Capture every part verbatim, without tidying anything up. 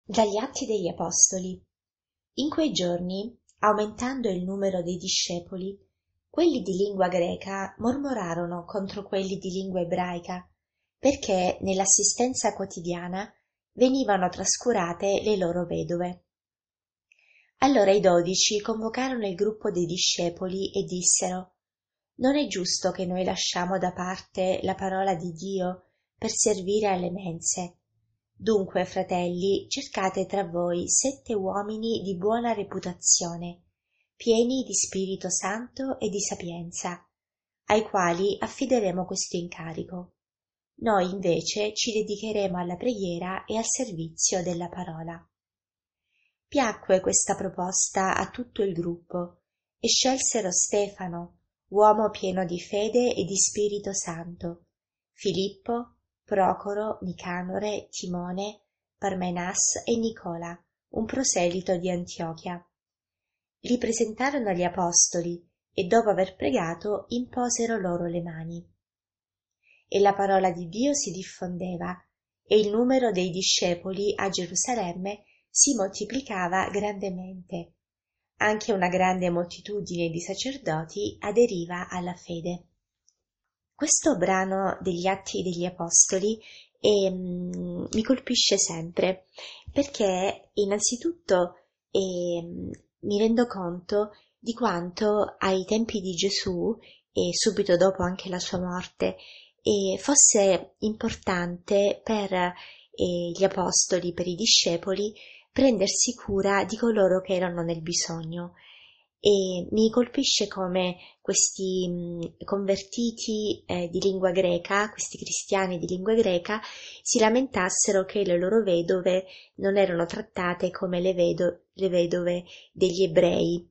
Dagli Atti degli Apostoli. In quei giorni, aumentando il numero dei discepoli, quelli di lingua greca mormorarono contro quelli di lingua ebraica, perché nell'assistenza quotidiana venivano trascurate le loro vedove. Allora i dodici convocarono il gruppo dei discepoli e dissero: «Non è giusto che noi lasciamo da parte la parola di Dio per servire alle mense. Dunque, fratelli, cercate tra voi sette uomini di buona reputazione, pieni di Spirito Santo e di sapienza, ai quali affideremo questo incarico. Noi invece ci dedicheremo alla preghiera e al servizio della parola». Piacque questa proposta a tutto il gruppo e scelsero Stefano, uomo pieno di fede e di Spirito Santo, Filippo, Procoro, Nicanore, Timone, Parmenas e Nicola, un proselito di Antiochia. Li presentarono agli apostoli e dopo aver pregato imposero loro le mani. E la parola di Dio si diffondeva e il numero dei discepoli a Gerusalemme si moltiplicava grandemente. Anche una grande moltitudine di sacerdoti aderiva alla fede. Questo brano degli Atti degli Apostoli eh, mi colpisce sempre perché innanzitutto eh, mi rendo conto di quanto ai tempi di Gesù e subito dopo anche la sua morte eh, fosse importante per eh, gli apostoli, per i discepoli, prendersi cura di coloro che erano nel bisogno. E mi colpisce come questi mh, convertiti eh, di lingua greca, questi cristiani di lingua greca, si lamentassero che le loro vedove non erano trattate come le, vedo- le vedove degli ebrei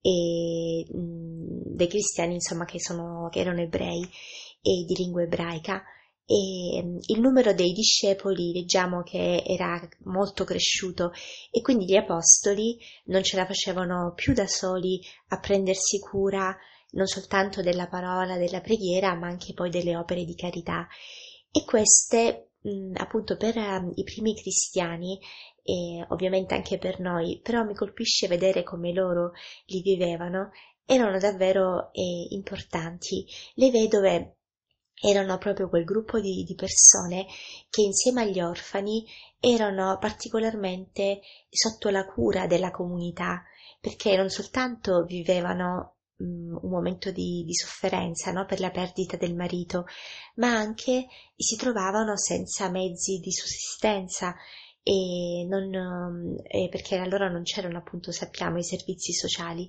e mh, dei cristiani, insomma, che, sono, che erano ebrei e di lingua ebraica. E il numero dei discepoli leggiamo che era molto cresciuto e quindi gli apostoli non ce la facevano più da soli a prendersi cura non soltanto della parola, della preghiera, ma anche poi delle opere di carità. E queste, mh, appunto, per um, i primi cristiani e ovviamente anche per noi, però mi colpisce vedere come loro li vivevano, erano davvero eh, importanti. Le vedove erano proprio quel gruppo di, di persone che insieme agli orfani erano particolarmente sotto la cura della comunità, perché non soltanto vivevano um, un momento di, di sofferenza, no, per la perdita del marito, ma anche si trovavano senza mezzi di sussistenza e non, um, e perché allora non c'erano, appunto, sappiamo, i servizi sociali.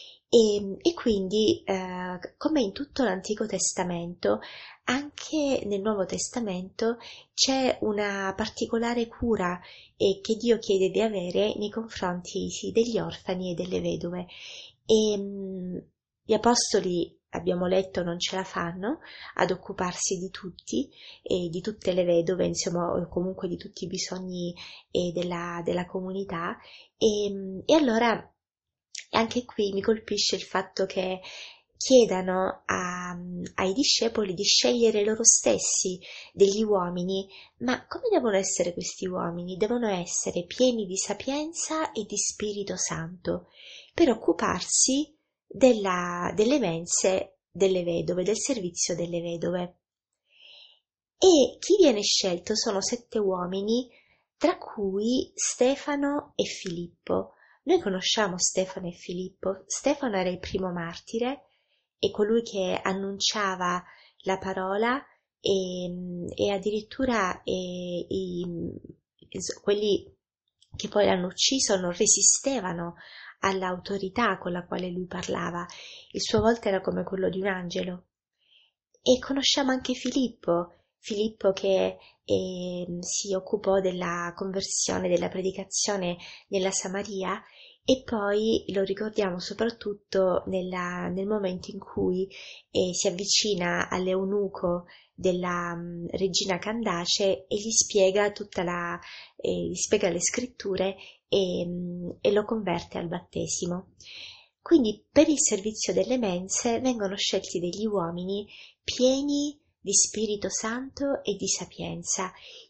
E, e quindi, eh, come in tutto l'Antico Testamento, anche nel Nuovo Testamento c'è una particolare cura eh, che Dio chiede di avere nei confronti sì, degli orfani e delle vedove. E mh, gli apostoli, abbiamo letto, non ce la fanno ad occuparsi di tutti e di tutte le vedove, insomma, o comunque di tutti i bisogni eh, della, della comunità. E, e allora anche qui mi colpisce il fatto che chiedano a, ai discepoli di scegliere loro stessi degli uomini, ma come devono essere questi uomini? Devono essere pieni di sapienza e di Spirito Santo per occuparsi della, delle mense delle vedove, del servizio delle vedove. E chi viene scelto sono sette uomini, tra cui Stefano e Filippo. Noi conosciamo Stefano e Filippo. Stefano era il primo martire e colui che annunciava la parola e, e addirittura e, i, quelli che poi l'hanno ucciso non resistevano all'autorità con la quale lui parlava. Il suo volto era come quello di un angelo. E conosciamo anche Filippo, Filippo che eh, si occupò della conversione, della predicazione nella Samaria, e poi lo ricordiamo soprattutto nella, nel momento in cui eh, si avvicina all'eunuco della um, regina Candace e gli spiega tutta la, eh, gli spiega le scritture e, um, e lo converte al battesimo. Quindi per il servizio delle mense vengono scelti degli uomini pieni di Spirito Santo e di sapienza,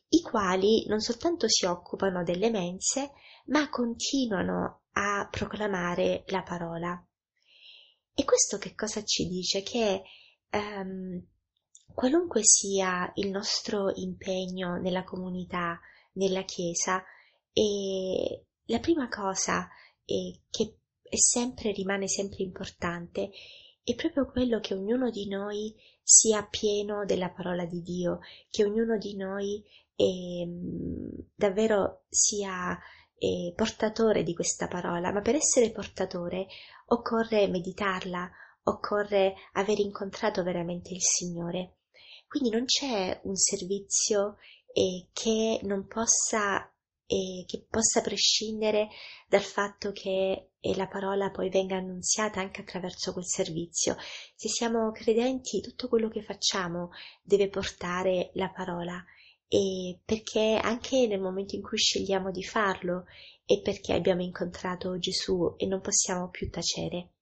i quali non soltanto si occupano delle mense, ma continuano a proclamare la parola. E questo che cosa ci dice? Che ehm, qualunque sia il nostro impegno nella comunità, nella Chiesa, e la prima cosa eh, che è sempre, rimane sempre importante è proprio quello che ognuno di noi sia pieno della parola di Dio, che ognuno di noi eh, davvero sia eh, portatore di questa parola, ma per essere portatore occorre meditarla, occorre aver incontrato veramente il Signore. Quindi non c'è un servizio eh, che non possa, eh, che possa prescindere dal fatto che eh, la parola poi venga annunziata anche attraverso quel servizio. Se siamo credenti, tutto quello che facciamo deve portare la parola, e perché anche nel momento in cui scegliamo di farlo è perché abbiamo incontrato Gesù e non possiamo più tacere.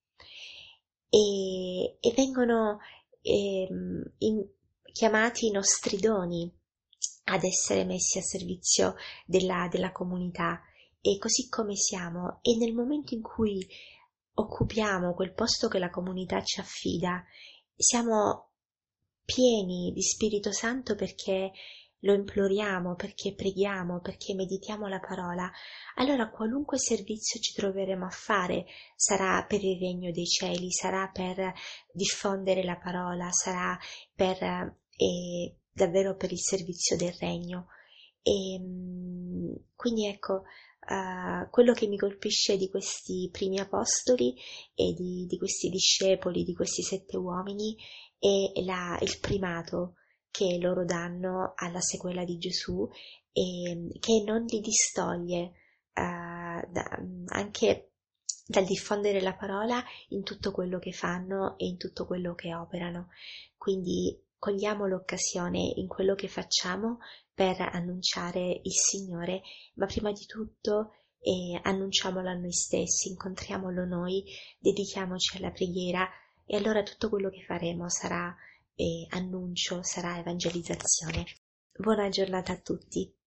E, e vengono ehm, in, chiamati i nostri doni ad essere messi a servizio della, della comunità, e così come siamo, e nel momento in cui occupiamo quel posto che la comunità ci affida, siamo pieni di Spirito Santo perché lo imploriamo, perché preghiamo, perché meditiamo la parola. Allora qualunque servizio ci troveremo a fare sarà per il regno dei cieli, sarà per diffondere la parola, sarà per eh, davvero per il servizio del regno. E quindi ecco, uh, quello che mi colpisce di questi primi apostoli e di, di questi discepoli, di questi sette uomini, è la, il primato che loro danno alla sequela di Gesù, e che non li distoglie uh, da, anche dal diffondere la parola in tutto quello che fanno e in tutto quello che operano. Quindi cogliamo l'occasione in quello che facciamo per annunciare il Signore, ma prima di tutto eh, annunciamolo a noi stessi, incontriamolo noi, dedichiamoci alla preghiera, e allora tutto quello che faremo sarà eh, annuncio, sarà evangelizzazione. Buona giornata a tutti.